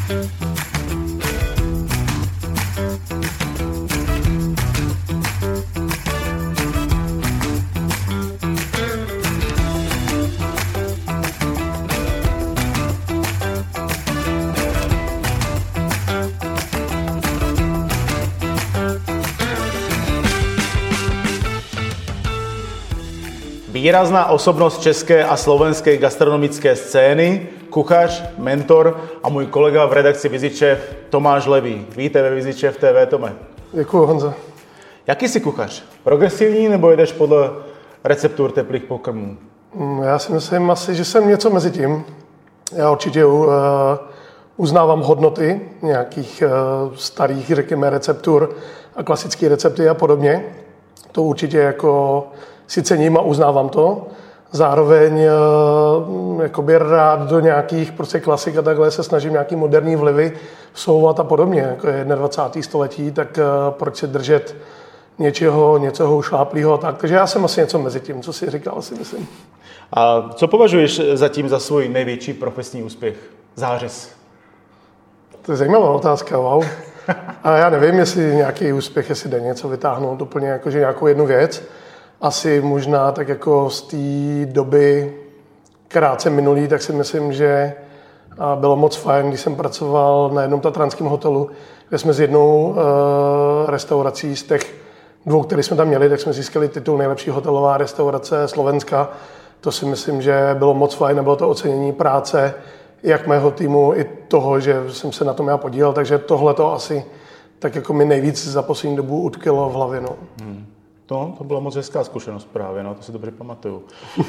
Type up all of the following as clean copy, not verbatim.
Výrazná osobnost české a slovenské gastronomické scény, kuchař, mentor a můj kolega v redakci Vizičev Tomáš Levý. Vítej ve Vizičev TV, Tome. Děkuji, Honzo. Jaký jsi kuchař? Progresivní nebo jdeš podle receptur teplých pokrmů? Já si myslím asi, že jsem něco mezi tím. Já určitě uznávám hodnoty nějakých starých, řekněme, receptur a klasické recepty a podobně. To určitě jako si cením a uznávám to. Zároveň jakoby rád do nějakých prostě klasik a takhle se snažím nějaký moderní vlivy vsouvat a podobně. Jako je 21. století, tak proč se držet něčeho ušláplýho a tak. Takže já jsem asi něco mezi tím, co jsi říkal, si myslím. A co považuješ zatím za svůj největší profesní úspěch? Zářez. To je zajímavá otázka, wow. A já nevím, jestli nějaký úspěch, jestli jde něco vytáhnout úplně jakože nějakou jednu věc. Asi možná tak jako z té doby krátce minulý, tak si myslím, že bylo moc fajn, když jsem pracoval na jednom tatranském hotelu, kde jsme s jednou restaurací z těch dvou, které jsme tam měli, tak jsme získali titul nejlepší hotelová restaurace Slovenska. To si myslím, že bylo moc fajn a bylo to ocenění práce jak mého týmu, i toho, že jsem se na tom já podílel, takže tohle to asi tak jako mi nejvíc za poslední dobu utkvělo v hlavě. No. To byla moc hezká zkušenost právě, no, to si dobře pamatuju.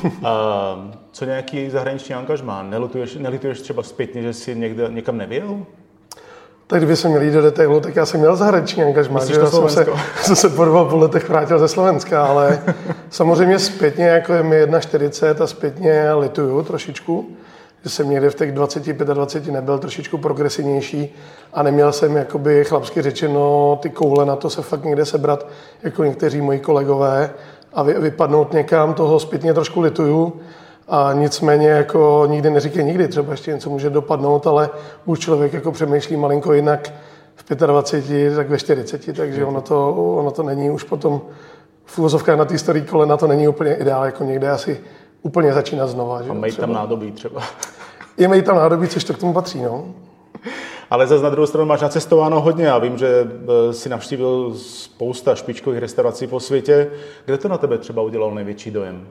Co nějaký zahraniční angažmá? Nelituješ třeba zpětně, že jsi někam nevěl? Tak kdyby jsem měl jít do detailu, tak já jsem měl zahraniční angažmá. Myslíš to Slovensko? Jsem se po 2,5 letech vrátil ze Slovenska, ale samozřejmě zpětně, jako je mi 41 a zpětně lituju trošičku, že jsem někde v těch 25 nebyl trošičku progresivnější a neměl jsem jakoby chlapsky řečeno ty koule na to se fakt někde sebrat, jako někteří moji kolegové a vypadnout někam, toho zpětně trošku lituju. A nicméně jako nikdy neříkej nikdy, třeba ještě něco může dopadnout, ale už člověk jako přemýšlí malinko jinak v 25, tak ve 40, takže ono to není už potom v uvozovkách na té staré kole, na to není úplně ideál, jako někde asi úplně začínat znova. Že? A mají tam nádobí třeba. Je mají tam nádobí, což to k tomu patří, no. Ale zase na druhou stranu máš nacestováno hodně. Já vím, že si navštívil spousta špičkových restaurací po světě. Kde to na tebe třeba udělalo největší dojem?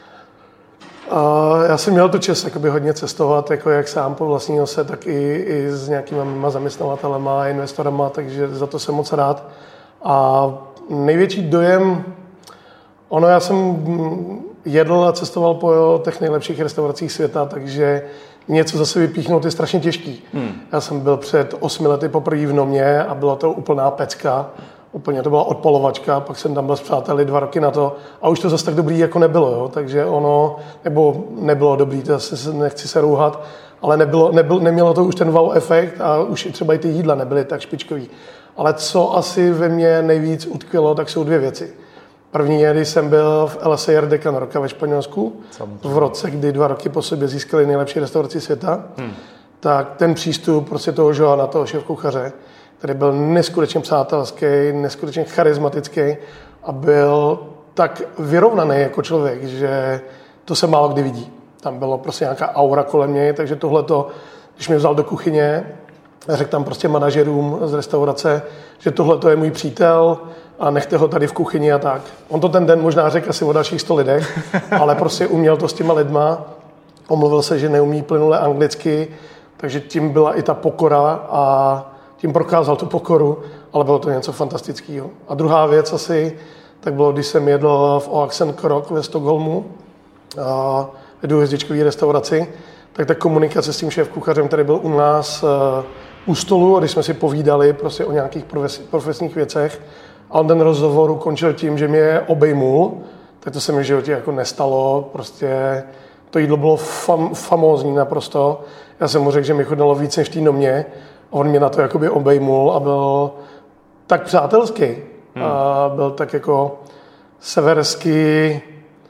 Já jsem měl tu čest hodně cestovat, jako jak sám po vlastní ose, tak i s nějakýma zaměstnavatelema a investorama, takže za to jsem moc rád. A největší dojem, já jsem jedl a cestoval po těch nejlepších restauracích světa, takže něco zase vypíchnout je strašně těžký. Já jsem byl před 8 lety poprvé v Nomě a byla to úplná pecka. Úplně to byla odpalovačka, pak jsem tam byl s přáteli 2 roky na to a už to zase tak dobrý jako nebylo, jo? Takže nebylo dobrý, to nechci se rouhat, ale nemělo to už ten wow efekt a už třeba i ty jídla nebyly tak špičkový. Ale co asi ve mně nejvíc utkvělo, tak jsou 2 věci. První je, když jsem byl v El Seyer de Can Roca ve Španělsku, v roce, kdy 2 roky po sobě získali nejlepší restauraci světa, tak ten přístup prostě toho Joana, toho šéfkuchaře, který byl neskutečně přátelský, neskutečně charismatický a byl tak vyrovnaný jako člověk, že to se málo kdy vidí. Tam bylo prostě nějaká aura kolem něj, takže tohleto, když mě vzal do kuchyně, řekl tam prostě manažerům z restaurace, že tohleto je můj přítel a nechte ho tady v kuchyni a tak. On to ten den možná řekl asi o dalších 100 lidech, ale prostě uměl to s těma lidma, omluvil se, že neumí plynule anglicky, takže tím byla i ta pokora a tím prokázal tu pokoru, ale bylo to něco fantastického. A druhá věc asi, tak bylo, když jsem jedl v Oaxen Krok ve Stockholmu, ve 2hvězdičkové restauraci, tak ta komunikace s tím šéfkuchařem, který byl u nás u stolu, a když jsme si povídali prostě o nějakých profesních věcech, a on ten rozhovor ukončil tím, že mě obejmul, tak to se mi v životě jako nestalo, prostě to jídlo bylo famózní naprosto. Já jsem mu řekl, že mi chutnalo víc než v té Nomě, a on mě na to jakoby obejmul a byl tak přátelský. A byl tak jako severský,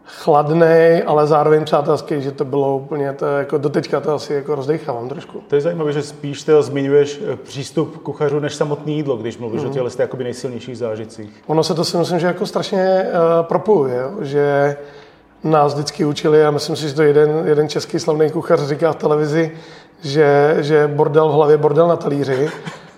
chladnej, ale zároveň přátelský, že to bylo úplně, to jako doteďka to asi jako rozdechávám trošku. To je zajímavé, že spíš teda zmiňuješ přístup kuchařů než samotné jídlo, když mluvíš o těchto jakoby nejsilnějších zážitcích. Ono se to si myslím, že jako strašně propojuje, jo? Že nás vždycky učili a myslím si, že to jeden český slavný kuchař říká v televizi, že bordel v hlavě, bordel na talíři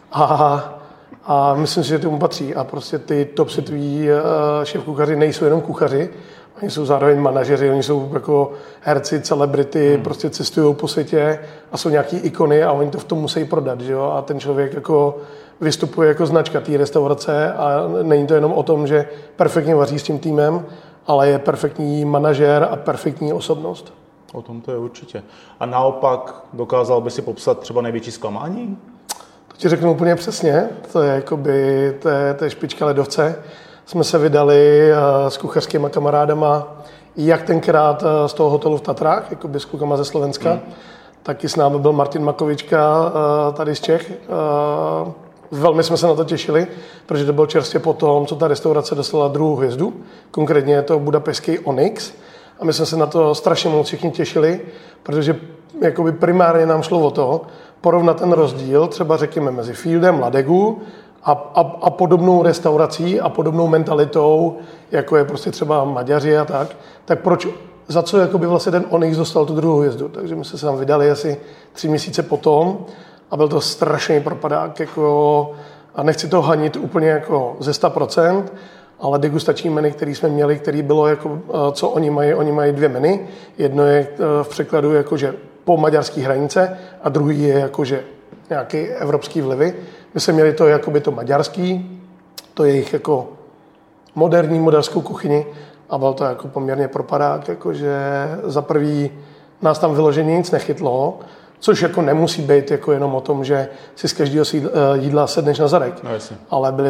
a myslím si, že tomu patří. A prostě ty top světoví šéfkuchaři nejsou jenom kuchaři, oni jsou zároveň manažeři, oni jsou jako herci, celebrity, prostě cestují po světě a jsou nějaký ikony a oni to v tom musí prodat, že jo? A ten člověk jako vystupuje jako značka té restaurace a není to jenom o tom, že perfektně vaří s tím týmem, ale je perfektní manažer a perfektní osobnost. O tom to je určitě. A naopak dokázal by si popsat třeba největší zklamání? To ti řeknu úplně přesně. To je jakoby, to je špička ledovce. Jsme se vydali s kuchařskýma kamarádama, jak tenkrát z toho hotelu v Tatrách, jakoby s klukama ze Slovenska. Taky s námi byl Martin Makovička tady z Čech. Velmi jsme se na to těšili, protože to bylo čerstvě po tom, co ta restaurace dostala druhou hvězdu. Konkrétně je to budapešský Onyx. A my jsme se na to strašně moc všichni těšili, protože jakoby primárně nám šlo o to, porovnat ten rozdíl, třeba řekněme mezi Fieldem, Ladegu a podobnou restaurací a podobnou mentalitou, jako je prostě třeba Maďaři a tak proč, za co jakoby vlastně ten Onyx dostal tu druhou hvězdu. Takže my jsme se tam vydali asi 3 měsíce potom a byl to strašný propadák, jako, a nechci to hanit úplně jako ze 100%, ale degustační menu, který jsme měli, který bylo jako, co oni mají 2 menu. Jedno je v překladu jakože po maďarské hranice a druhý je jakože nějaký evropský vlivy. My jsme měli to jakoby to maďarský, to je jejich jako moderní maďarskou kuchyni a byl to jako poměrně propadák, jakože za prvý nás tam vyloženě nic nechytlo, což jako nemusí být jako jenom o tom, že si z každého jídla sedneš na zadek. No, ale byly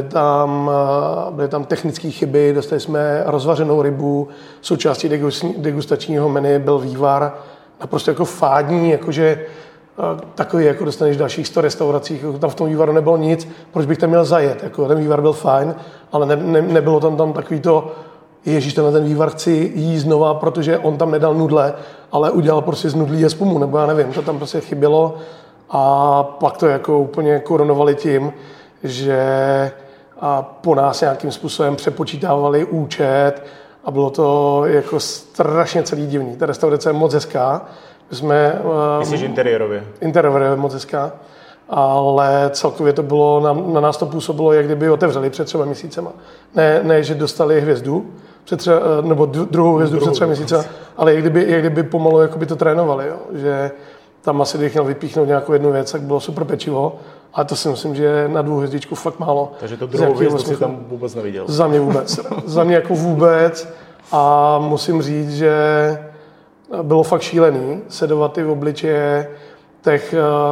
tam technické chyby, dostali jsme rozvařenou rybu, součástí degustačního menu byl vývar, naprosto jako fádní, jakože takový, jako dostaneš v dalších 100 restauracích, tam v tom vývaru nebylo nic, proč bych tam měl zajet, jako ten vývar byl fajn, ale nebylo tam takový to, ježíš, ten vývar chci jíst znova, protože on tam nedal nudle, ale udělal prostě z nudlí espumu, nebo já nevím, to tam prostě chybělo a pak to jako úplně korunovali tím, že po nás nějakým způsobem přepočítávali účet a bylo to jako strašně celý divný. Ta restaurace je moc hezká. Myslíš interiérově? Interiérově je moc hezká, ale celkově to bylo, na nás to působilo, jak kdyby otevřeli před 3 měsícema. Ne, že dostali hvězdu, nebo druhou hvězdu před 3 měsíce, ale jak kdyby pomalu jakoby to trénovali, jo? Že tam asi, kdybych měl vypíchnout nějakou jednu věc, tak bylo super pečivo, ale to si myslím, že je na 2 hvězdičku fakt málo. Takže to druhou hvězdu si tam vůbec neviděl? Za mě vůbec. Za mě jako vůbec a musím říct, že bylo fakt šílený sledovat ty obličeje těch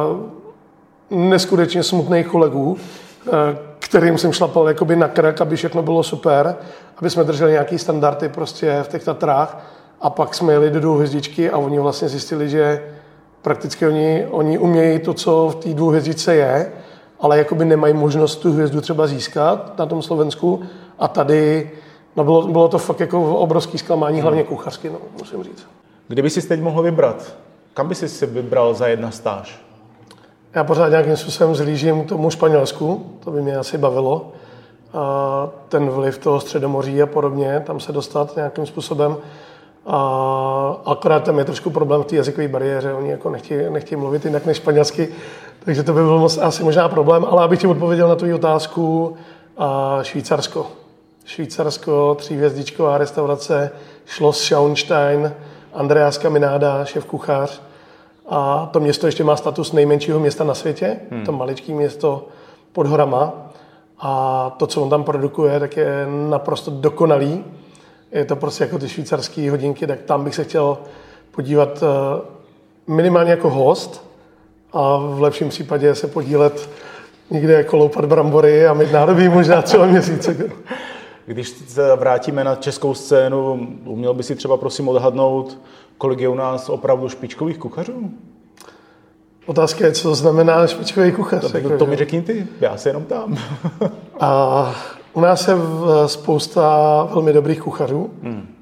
neskutečně smutných kolegů, kterým jsem šlapal jakoby na krk, aby všechno bylo super, aby jsme drželi nějaký standardy prostě v těch Tatrách a pak jsme jeli do 2 hvězdičky a oni vlastně zjistili, že prakticky oni umějí to, co v té 2 hvězdičce je, ale jakoby nemají možnost tu hvězdu třeba získat na tom Slovensku a tady bylo to fakt jako obrovský zklamání, hlavně kuchařsky, no, musím říct. Kdyby jsi teď mohl vybrat, kam by jsi si vybral za jedna stáž? Já pořád nějakým způsobem zlížím k tomu Španělsku, to by mě asi bavilo. A ten vliv toho Středomoří a podobně, tam se dostat nějakým způsobem. A akorát tam je trošku problém v té jazykové bariéře, oni jako nechtějí mluvit jinak než španělsky, takže to by byl asi možná problém, ale abych ti odpověděl na tvou otázku, Švýcarsko. Švýcarsko, 3hvězdičková restaurace, Schloss Schauenstein, Andreas Caminada, šéfkuchař. A to město ještě má status nejmenšího města na světě, to maličké město pod horama. A to, co on tam produkuje, tak je naprosto dokonalý. Je to prostě jako ty švýcarské hodinky, tak tam bych se chtěl podívat minimálně jako host a v lepším případě se podílet někde jako loupat brambory a mít nádobí možná třeba měsíce. Když se vrátíme na českou scénu, uměl by si třeba prosím odhadnout, kolik je u nás opravdu špičkových kuchařů? Otázka je, co znamená špičkový kuchař. To mi řekni ty, já se jenom tam. A u nás je spousta velmi dobrých kuchařů.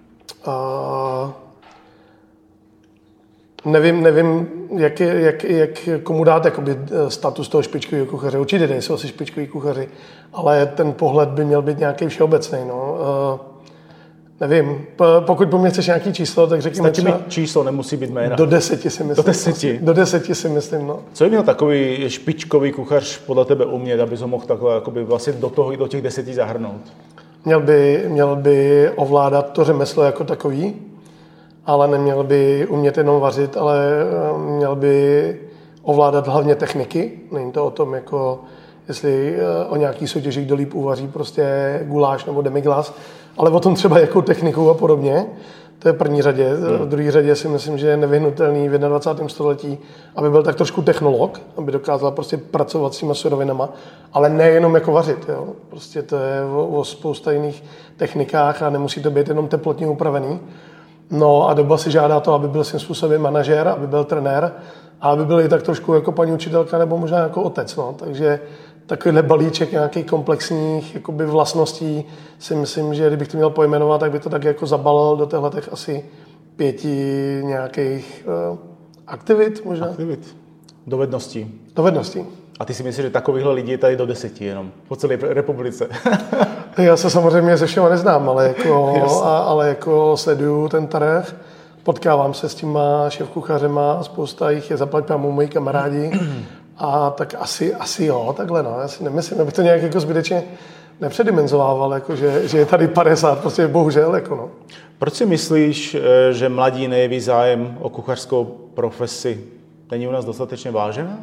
Nevím, jak komu dát jakoby status toho špičkového kuchaře. Určitě nejsou asi špičkoví kuchaři, ale ten pohled by měl být nějaký všeobecný. No. Nevím, pokud po mně chceš nějaký číslo, tak řekněme třeba... Stačí číslo, nemusí být jména. Do 10 si myslím. Do 10? Do 10 si myslím, no. Co by měl takový špičkový kuchař podle tebe umět, aby ho mohl takhle jakoby vlastně do těch 10 zahrnout? Měl by ovládat to řemeslo jako takový, ale neměl by umět jenom vařit, ale měl by ovládat hlavně techniky. Není to o tom, jako jestli o nějaký soutěži kdo líp uvaří prostě guláš nebo demiglas, ale o tom třeba jakou technikou a podobně. To je v první řadě. V druhé řadě si myslím, že je nevyhnutelný v 21. století, aby byl tak trošku technolog, aby dokázal prostě pracovat s těma surovinama, ale nejenom jako vařit. Jo. Prostě to je o spousta jiných technikách a nemusí to být jenom teplotně upravený. No a doba si žádá to, aby byl svým způsobem manažer, aby byl trenér a aby byl i tak trošku jako paní učitelka nebo možná jako otec. No. Takže takovýhle balíček nějakých komplexních jakoby vlastností si myslím, že kdybych to měl pojmenovat, tak by to tak jako zabalil do těchto asi 5 nějakých aktivit možná. Aktivit. Dovedností. A ty si myslíš, že takovýchhle lidí je tady do 10 jenom po celé republice? Já se samozřejmě se všema neznám, ale jako sleduju ten trh, potkávám se s těma šéfkuchařema, spousta jich je zaplať pámu moji kamarádi a tak asi jo, takhle no, já si nemyslím, abych to nějak jako zbytečně nepředimenzovával, jako že je tady 50, prostě bohužel, jako no. Proč si myslíš, že mladí nejeví zájem o kuchařskou profesi? Není u nás dostatečně vážená?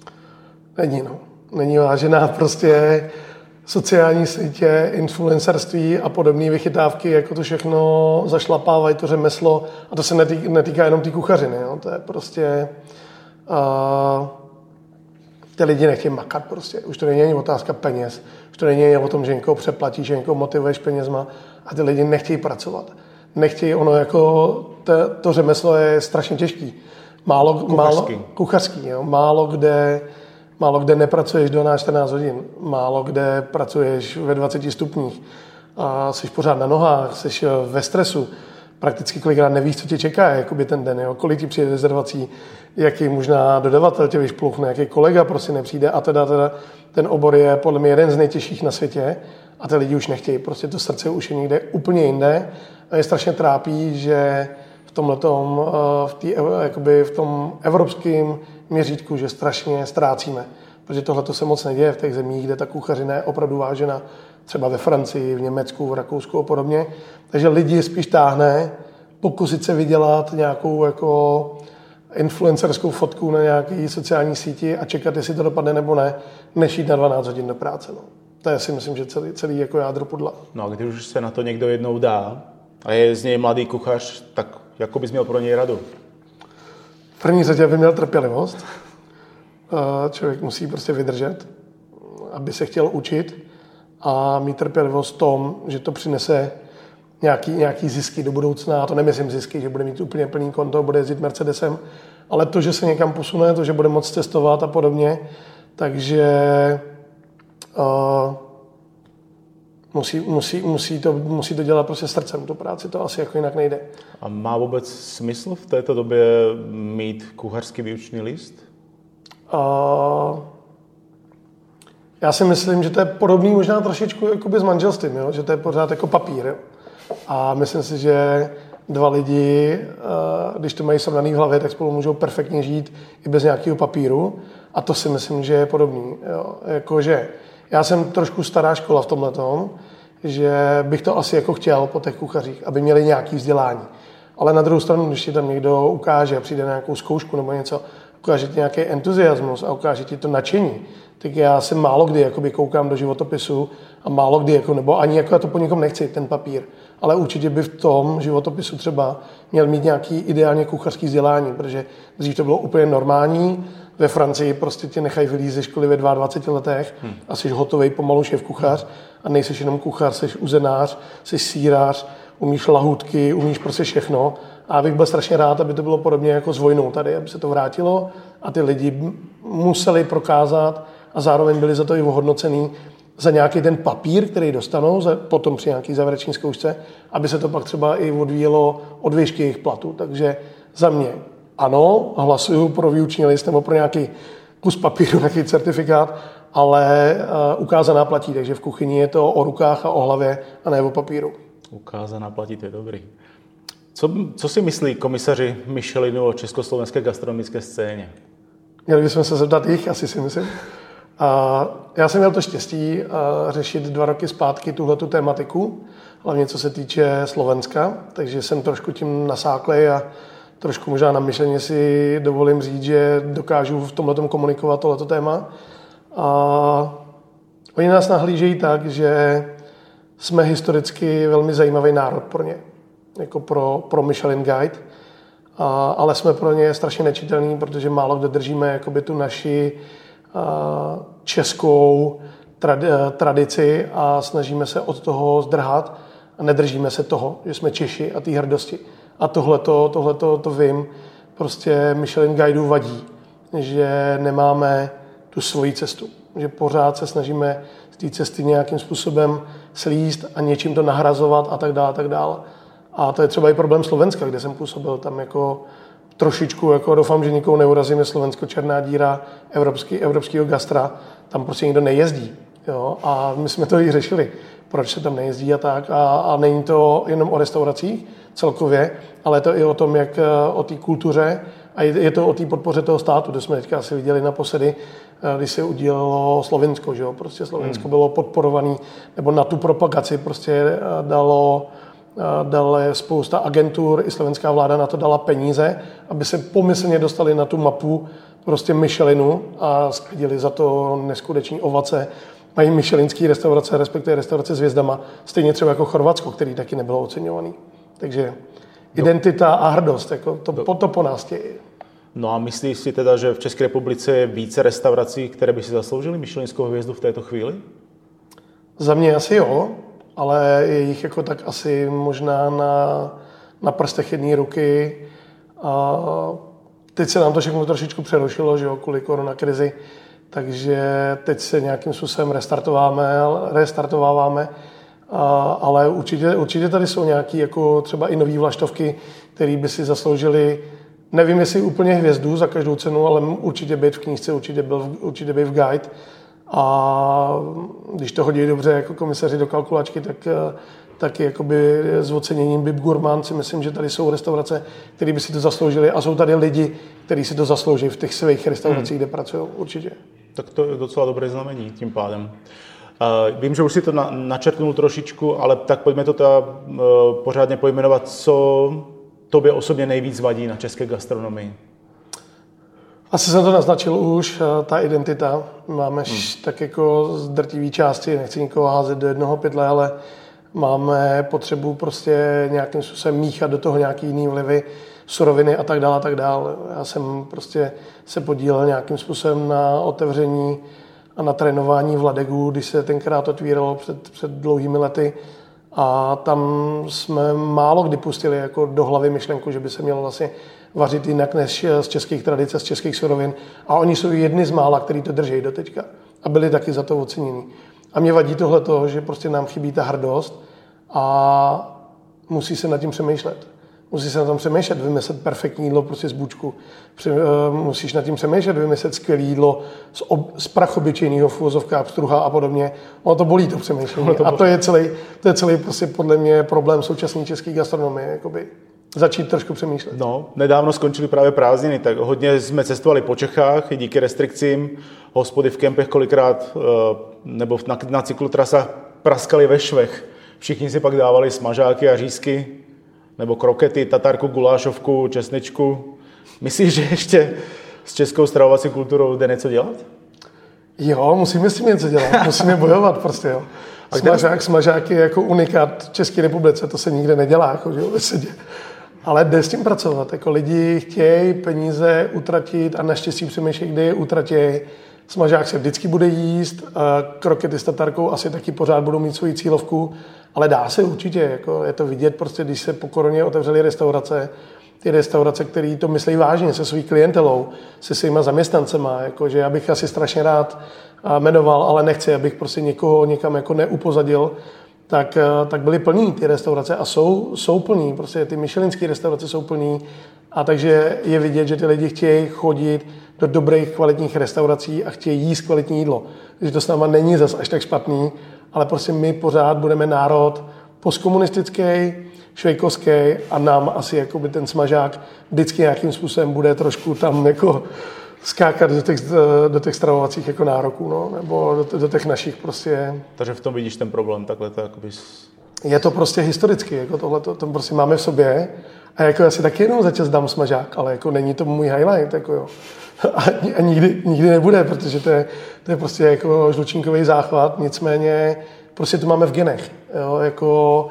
Není vážená, prostě sociální sítě, influencerství a podobné vychytávky, jako to všechno zašlapávají to řemeslo a to se netýká jenom té kuchařiny, jo? To je prostě ty lidi nechtějí makat prostě, už to není ani otázka peněz, už to není ani o tom, že někoho přeplatí, že někoho motivuješ penězma a ty lidi nechtějí pracovat. Nechtějí, to řemeslo je strašně těžký. Kuchařský, jo? Málo kde nepracuješ 12-14 hodin, málo kde pracuješ ve 20 stupních a jsi pořád na nohách, jsi ve stresu, prakticky kolikrát nevíš, co tě čeká, jakoby ten den, jo? Kolik ti přijde rezervací, jaký možná dodavatel tě vyšpluchne, jaký kolega prostě nepřijde a teda ten obor je podle mě jeden z nejtěžších na světě a ty lidi už nechtějí, prostě to srdce už je někde úplně jinde a je strašně trápí, že v tom evropském měřítku, že strašně ztrácíme. Protože tohle se moc neděje v těch zemích, kde ta kuchařina je opravdu vážená, třeba ve Francii, v Německu, v Rakousku a podobně. Takže lidi spíš táhne pokusit se vydělat nějakou jako influencerskou fotku na nějaké sociální síti a čekat, jestli to dopadne nebo ne, než jít na 12 hodin do práce. No. To je si myslím, že celý jako jádro pudla. No a když už se na to někdo jednou dá a je z něj mladý kuchař, tak jako bys měl pro něj radu? V první řadě by měl trpělivost. Člověk musí prostě vydržet, aby se chtěl učit a mít trpělivost v tom, že to přinese nějaký zisky do budoucna. A to nemyslím zisky, že bude mít úplně plný konto, bude jezdit Mercedesem, ale to, že se někam posune, to, že bude moct cestovat a podobně. Takže musí to dělat prostě srdcem, tu práci, to asi jako jinak nejde. A má vůbec smysl v této době mít kuchařský výučný list? Já si myslím, že to je podobný možná trošičku jakoby s manželstvím, jo? Že to je pořád jako papír. Jo? A myslím si, že dva lidi, když to mají srovnaný v hlavě, tak spolu můžou perfektně žít i bez nějakého papíru. A to si myslím, že je podobný. Jo? Jakože já jsem trošku stará škola v tomhletom, že bych to asi jako chtěl po těch kuchařích, aby měli nějaké vzdělání. Ale na druhou stranu, když ti tam někdo ukáže a přijde na nějakou zkoušku nebo něco, ukáže ti nějaký entuziasmus a ukáže ti to nadšení, tak já se málo kdy jakoby koukám do životopisu a málo kdy, nebo ani jako já to po někom nechci, ten papír. Ale určitě by v tom životopisu třeba měl mít nějaký ideálně kuchařský vzdělání, protože dřív to bylo úplně normální. Ve Francii prostě tě nechají vylízt ze školy ve 22 letech a jsi hotovej pomalu šéfkuchař a nejseš jenom kuchař, jsi uzenář, jsi sýrář, umíš lahůdky, umíš prostě všechno. A bych byl strašně rád, aby to bylo podobně jako s vojnou tady, aby se to vrátilo a ty lidi museli prokázat a zároveň byli za to i ohodnocený, za nějaký ten papír, který dostanou potom při nějaký závěrečné zkoušce, aby se to pak třeba i odvíjelo od výšky jejich platu. Takže za mě ano, hlasuju pro výuční list nebo pro nějaký kus papíru, nějaký certifikát, ale ukázaná platí, takže v kuchyni je to o rukách a o hlavě a ne o papíru. Ukázaná platí, to je dobrý. Co si myslí komisaři Michelinu o československé gastronomické scéně? Měli bychom se zeptat jich, asi si myslím. Já jsem měl to štěstí řešit 2 roky zpátky tuhletu tématiku, hlavně co se týče Slovenska, takže jsem trošku tím nasáklej a trošku možná na myšlení si dovolím říct, že dokážu v tomhletom komunikovat tohleto téma. Oni nás nahlížejí tak, že jsme historicky velmi zajímavý národ pro ně, jako pro Michelin Guide, ale jsme pro ně strašně nečitelní, protože málo kde držíme jakoby tu naši českou tradici a snažíme se od toho zdrhat a nedržíme se toho, že jsme Češi a té hrdosti. A tohleto vím, prostě Michelin Guideů vadí, že nemáme tu svoji cestu, že pořád se snažíme z té cesty nějakým způsobem slízt a něčím to nahrazovat a tak dále, tak dále. A to je třeba i problém Slovenska, kde jsem působil tam jako trošičku, jako doufám, že nikoho neurazíme, Slovensko černá díra evropského gastra, tam prostě nikdo nejezdí. Jo? A my jsme to i řešili, proč se tam nejezdí a tak. A není to jenom o restauracích celkově, ale je to i o tom, jak o té kultuře a je to o té podpoře toho státu, to jsme teďka asi viděli naposledy, když se udělalo Slovensko, že jo? Prostě Slovensko bylo podporované, nebo na tu propagaci prostě dalo spousta agentur, i slovenská vláda na to dala peníze, aby se pomyslně dostali na tu mapu prostě Michelinu a sklidili za to neskuteční ovace. Mají michelinský restaurace, respektive restaurace s hvězdama, stejně třeba jako Chorvatsko, který taky nebylo oceňovaný. Takže identita a hrdost, jako to po nás tějí. No a myslíš si teda, že v České republice je více restaurací, které by si zasloužily michelinskou hvězdu v této chvíli? Za mě asi jo, ale je jich jako tak asi možná na prstech jedné ruky. A teď se nám to všechno trošičku přerušilo, že jo, kvůli koronakrizi, takže teď se nějakým způsobem restartováváme, ale určitě tady jsou nějaké jako třeba i nový vlaštovky, které by si zasloužili, nevím jestli úplně hvězdu za každou cenu, ale určitě být v knížce, určitě být v guide. A když to hodí dobře jako komisaři do kalkulačky, tak jakoby s oceněním Bib Gourmand si myslím, že tady jsou restaurace, které by si to zasloužili a jsou tady lidi, kteří si to zaslouží v těch svých restauracích, kde pracují, určitě. Tak to je docela dobré znamení tím pádem. Vím, že už si to načrtnul trošičku, ale tak pojďme to teda pořádně pojmenovat, co tobě osobně nejvíc vadí na české gastronomii. Asi jsem to naznačil už, ta identita. Máme tak jako z drtivé části, nechci nikoho házet do jednoho pytle, ale máme potřebu prostě nějakým způsobem míchat do toho nějaký jiný vlivy, suroviny a tak dále, a tak dále. Já jsem prostě se podílel nějakým způsobem na otevření a na trénování v Ladegu, když se tenkrát otvíralo před dlouhými lety. A tam jsme málo kdy pustili jako do hlavy myšlenku, že by se mělo vlastně vařit jinak než z českých tradic a z českých surovin. A oni jsou jedni z mála, kteří to drží do teďka. A byli taky za to oceněni. A mě vadí tohleto, že prostě nám chybí ta hrdost a musí se nad tím přemýšlet. Musí se na tom přemýšlet, vymyslet perfektní jídlo prostě z bůčku. Musíš nad tím přemýšlet, vymyslet skvělé jídlo z prachobyčejného v uvozovkách, pstruha a podobně. Ono to bolí to přemýšlení. A to je celý prostě podle mě problém současné české gastronomie. Jakoby. Začít trošku přemýšlet. No, nedávno skončily právě prázdniny, tak hodně jsme cestovali po Čechách, i díky restrikcím. Hospody v kempech kolikrát, nebo na cyklotrasách praskali ve švech. Všichni si pak dávali smažáky a řízky, nebo krokety, tatarku, gulášovku, česnečku. Myslíš, že ještě s českou stravovací kulturou jde něco dělat? Jo, musíme s tím něco dělat, musíme bojovat prostě, jo. Smažák je jako unikát v České republice, to se nikde nedělá, jako, že jo, ale jde s tím pracovat, jako lidi chtějí peníze utratit a naštěstí přemýšlejí, kde je utratí. Smažák se vždycky bude jíst, krokety s tatarkou asi taky pořád budou mít svoji cílovku, ale dá se určitě, jako je to vidět prostě, když se po koroně otevřely restaurace, ty restaurace, které to myslí vážně se svou klientelou, se svýma zaměstnancema, jakože já bych asi strašně rád jmenoval, ale nechci, abych prostě někoho někam jako neupozadil, tak byly plný ty restaurace a jsou plný, prostě ty michelinské restaurace jsou plný a takže je vidět, že ty lidi chtějí chodit do dobrých kvalitních restaurací a chtějí jíst kvalitní jídlo. Takže to s náma není zas až tak špatný, ale prostě my pořád budeme národ postkomunistický, švejkovský a nám asi jakoby ten smažák vždycky nějakým způsobem bude trošku tam jako skákat do těch stravovacích jako nároků, no, nebo do těch našich prostě. Takže v tom vidíš ten problém, takhle to jakoby... Je to prostě historicky, jako tohle to prostě máme v sobě a jako já si taky jenom za čas dám smažák, ale jako není to můj highlight, jako jo. A nikdy nebude, protože to je prostě jako žlučníkový záchvat, nicméně prostě to máme v genech, jo, jako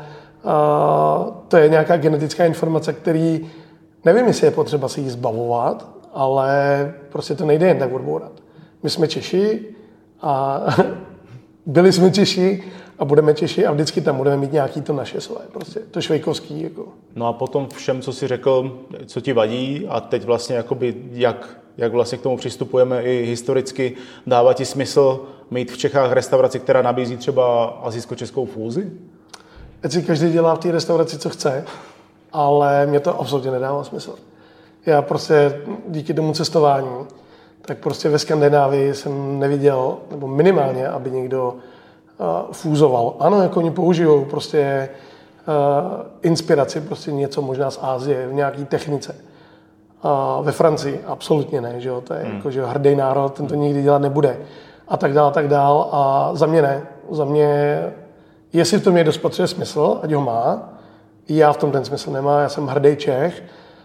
to je nějaká genetická informace, který nevím, jestli je potřeba se jí zbavovat, ale prostě to nejde jen tak odbourat. My jsme Češi a byli jsme Češi a budeme Češi a vždycky tam budeme mít nějaký to naše svoje, prostě to švejkovský. Jako. No a potom všem, co jsi řekl, co ti vadí a teď vlastně jakoby jak vlastně k tomu přistupujeme i historicky, dává ti smysl mít v Čechách restauraci, která nabízí třeba asijsko-českou fúzi? Ať si každý dělá v té restauraci, co chce, ale mě to absolutně nedává smysl. Já prostě díky tomu cestování, tak prostě ve Skandinávii jsem neviděl, nebo minimálně, aby někdo fúzoval. Ano, jako oni použijou prostě inspiraci, prostě něco možná z Asie, v nějaký technice. A ve Francii absolutně ne, že jo? To je jako, že hrdý národ, ten to nikdy dělat nebude. A tak dál, tak dál. A za mě ne. Za mě, jestli v tom někdo spatřuje smysl, ať ho má, já v tom ten smysl nemá, já jsem hrdý Čech.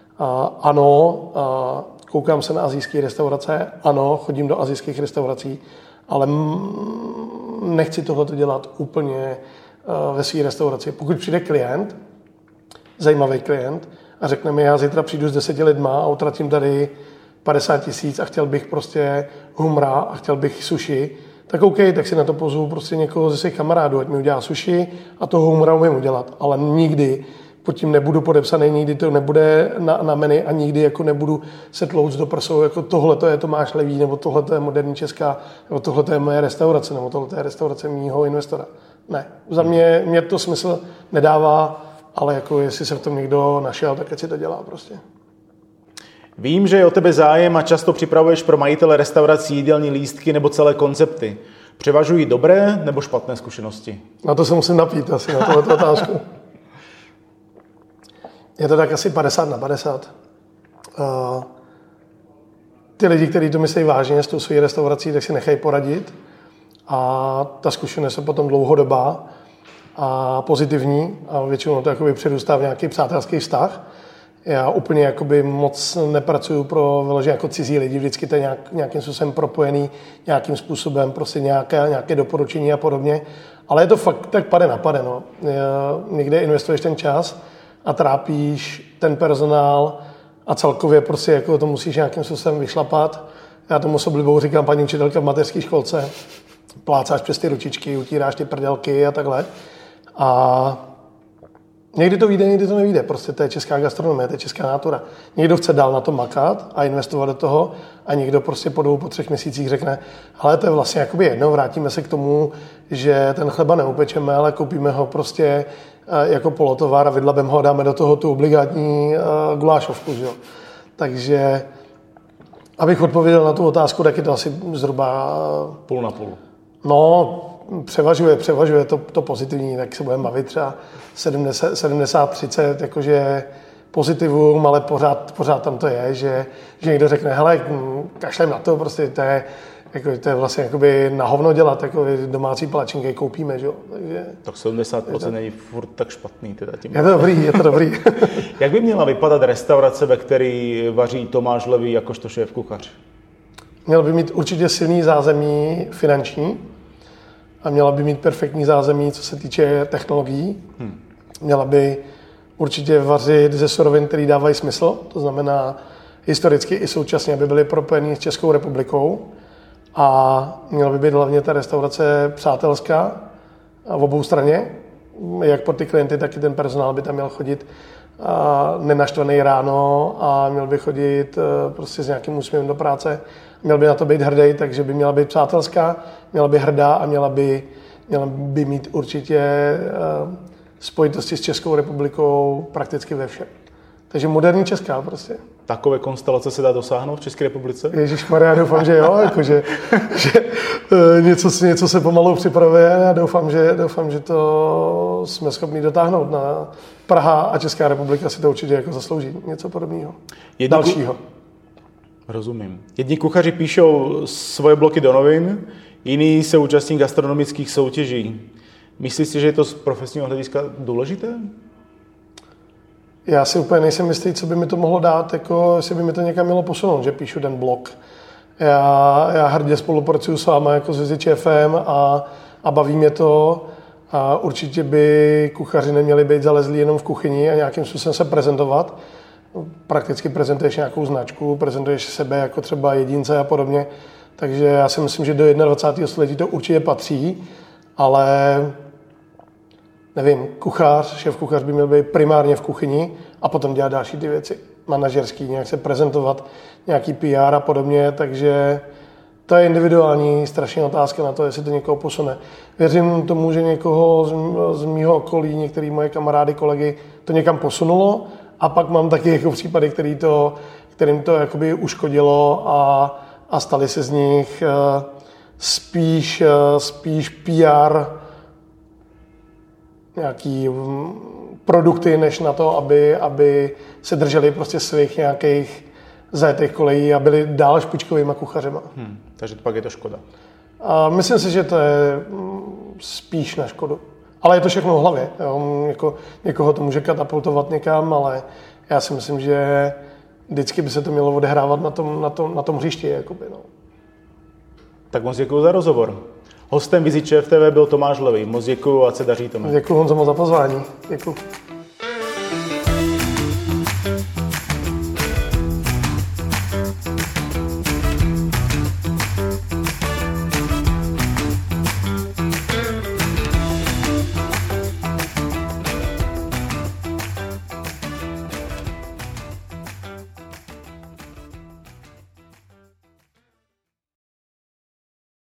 Ano, koukám se na asijské restaurace, ano, chodím do asijských restaurací, ale nechci tohleto dělat úplně ve své restauraci. Pokud přijde klient, zajímavý klient, a řekne mi, já zítra přijdu s 10 lidma a utratím tady 50 000 a chtěl bych prostě humra a chtěl bych sushi, tak OK, tak si na to pozvu prostě někoho ze svých kamarádů, ať mi udělá sushi a toho humra umím udělat. Ale nikdy pod tím nebudu podepsaný, nikdy to nebude na menu a nikdy jako nebudu se tlouct do prsou, jako tohle to je Tomáš Levý, nebo tohle to je Moderní Česká, nebo tohle to je moje restaurace, nebo tohle to je restaurace mýho investora. Ne, za mě to smysl nedává, ale jako jestli se v tom někdo našel, tak ať si to dělá prostě. Vím, že je o tebe zájem a často připravuješ pro majitele restaurací jídelní lístky nebo celé koncepty. Převažují dobré nebo špatné zkušenosti? Na to se musím napít asi, na tohle otázku. Je to tak asi 50/50. Ty lidi, kteří to myslí vážně s tou svou restaurací, tak si nechají poradit. A ta zkušenost je potom dlouhodobá a pozitivní a většinou to jakoby přerůstá v nějaký přátelský vztah. Já úplně jakoby moc nepracuju pro vyloženě jako cizí lidi, vždycky to je nějakým způsobem propojený, nějakým způsobem prostě nějaké doporučení a podobně. Ale je to fakt tak pade na pade. No. Někde investuješ ten čas a trápíš ten personál a celkově prostě jako to musíš nějakým způsobem vyšlapat. Já tomu s oblibou říkám paní učitelka v mateřské školce, plácáš přes ty ručičky, utíráš ty prdelky a takhle. A někdy to vyjde, někdy to nevyjde. Prostě to je česká gastronomie, to je česká natura. Někdo chce dál na to makat a investovat do toho a někdo prostě po 3 měsících řekne, ale to je vlastně jakoby jedno, vrátíme se k tomu, že ten chleba neupečeme, ale koupíme ho prostě jako polotovar a vydlabeme ho a dáme do toho tu obligátní gulášovku. Že jo? Takže abych odpověděl na tu otázku, tak je to asi zhruba... Půl na půl. No, převažuje to pozitivní, tak se budeme bavit třeba 70-30, jakože pozitivum, ale pořád tam to je, že někdo řekne, hele, kašlem na to, prostě to je vlastně jakoby na hovno dělat, jako domácí palačinky koupíme, že jo. Tak 70% není furt tak špatný teda tím. Je to dobrý. Jak by měla vypadat restaurace, ve které vaří Tomáš Levý jakožto šéf kuchař? Měl by mít určitě silný zázemí finanční a měla by mít perfektní zázemí, co se týče technologií. Měla by určitě vařit ze surovin, které dávají smysl, to znamená historicky i současně, aby byly propojený s Českou republikou. A měla by být hlavně ta restaurace přátelská v obou straně. Jak pro ty klienty, tak i ten personál by tam měl chodit nenaštvaný ráno a měl by chodit prostě s nějakým úsměvem do práce. Měl by na to být hrdý, takže by měla být přátelská, měla by hrdá a měla by mít určitě spojitosti s Českou republikou prakticky ve všem. Takže moderní česká prostě. Takové konstelace se dá dosáhnout v České republice? Ježišmarja, doufám, že jo, jakože, že něco se pomalu připravuje a doufám, že to jsme schopni dotáhnout. Na Praha a Česká republika si to určitě jako zaslouží. Něco podobného. Dalšího. Rozumím. Jedni kuchaři píšou svoje bloky do novin, jiní se účastní gastronomických soutěží. Myslíš si, že je to z profesního hlediska důležité? Já si úplně nejsem jistý, co by mi to mohlo dát, jako jestli by mi to někam mělo posunout, že píšu ten blog. Já hrdě spolupracuju s váma jako s Vizič FM a baví mě to. A určitě by kuchaři neměli být zalezlí jenom v kuchyni a nějakým způsobem se prezentovat. Prakticky prezentuješ nějakou značku, prezentuješ sebe jako třeba jedince a podobně. Takže já si myslím, že do 21. století to určitě patří, ale nevím, šéfkuchař by měl být primárně v kuchyni a potom dělat další ty věci. Manažerský, nějak se prezentovat, nějaký PR a podobně, takže to je individuální strašně otázka na to, jestli to někoho posune. Věřím tomu, že někoho z mýho okolí, některý moje kamarády, kolegy to někam posunulo a pak mám taky jako případy, kterým to jakoby uškodilo a stali se z nich spíš PR nějaký produkty, než na to, aby se drželi prostě svých nějakých zajetých kolejí a byli dál špičkovýma kuchařema. Takže pak je to škoda. A myslím si, že to je spíš na škodu. Ale je to všechno v hlavě. Jo? Někoho to může katapultovat někam, ale já si myslím, že vždycky by se to mělo odehrávat na tom hřišti. Jakoby, no. Tak moc děkuji za rozhovor. Hostem Vizič TV byl Tomáš Levý. Moc děkuji a se daří tomu. Děkuji Honzo moc za pozvání. Děkuji.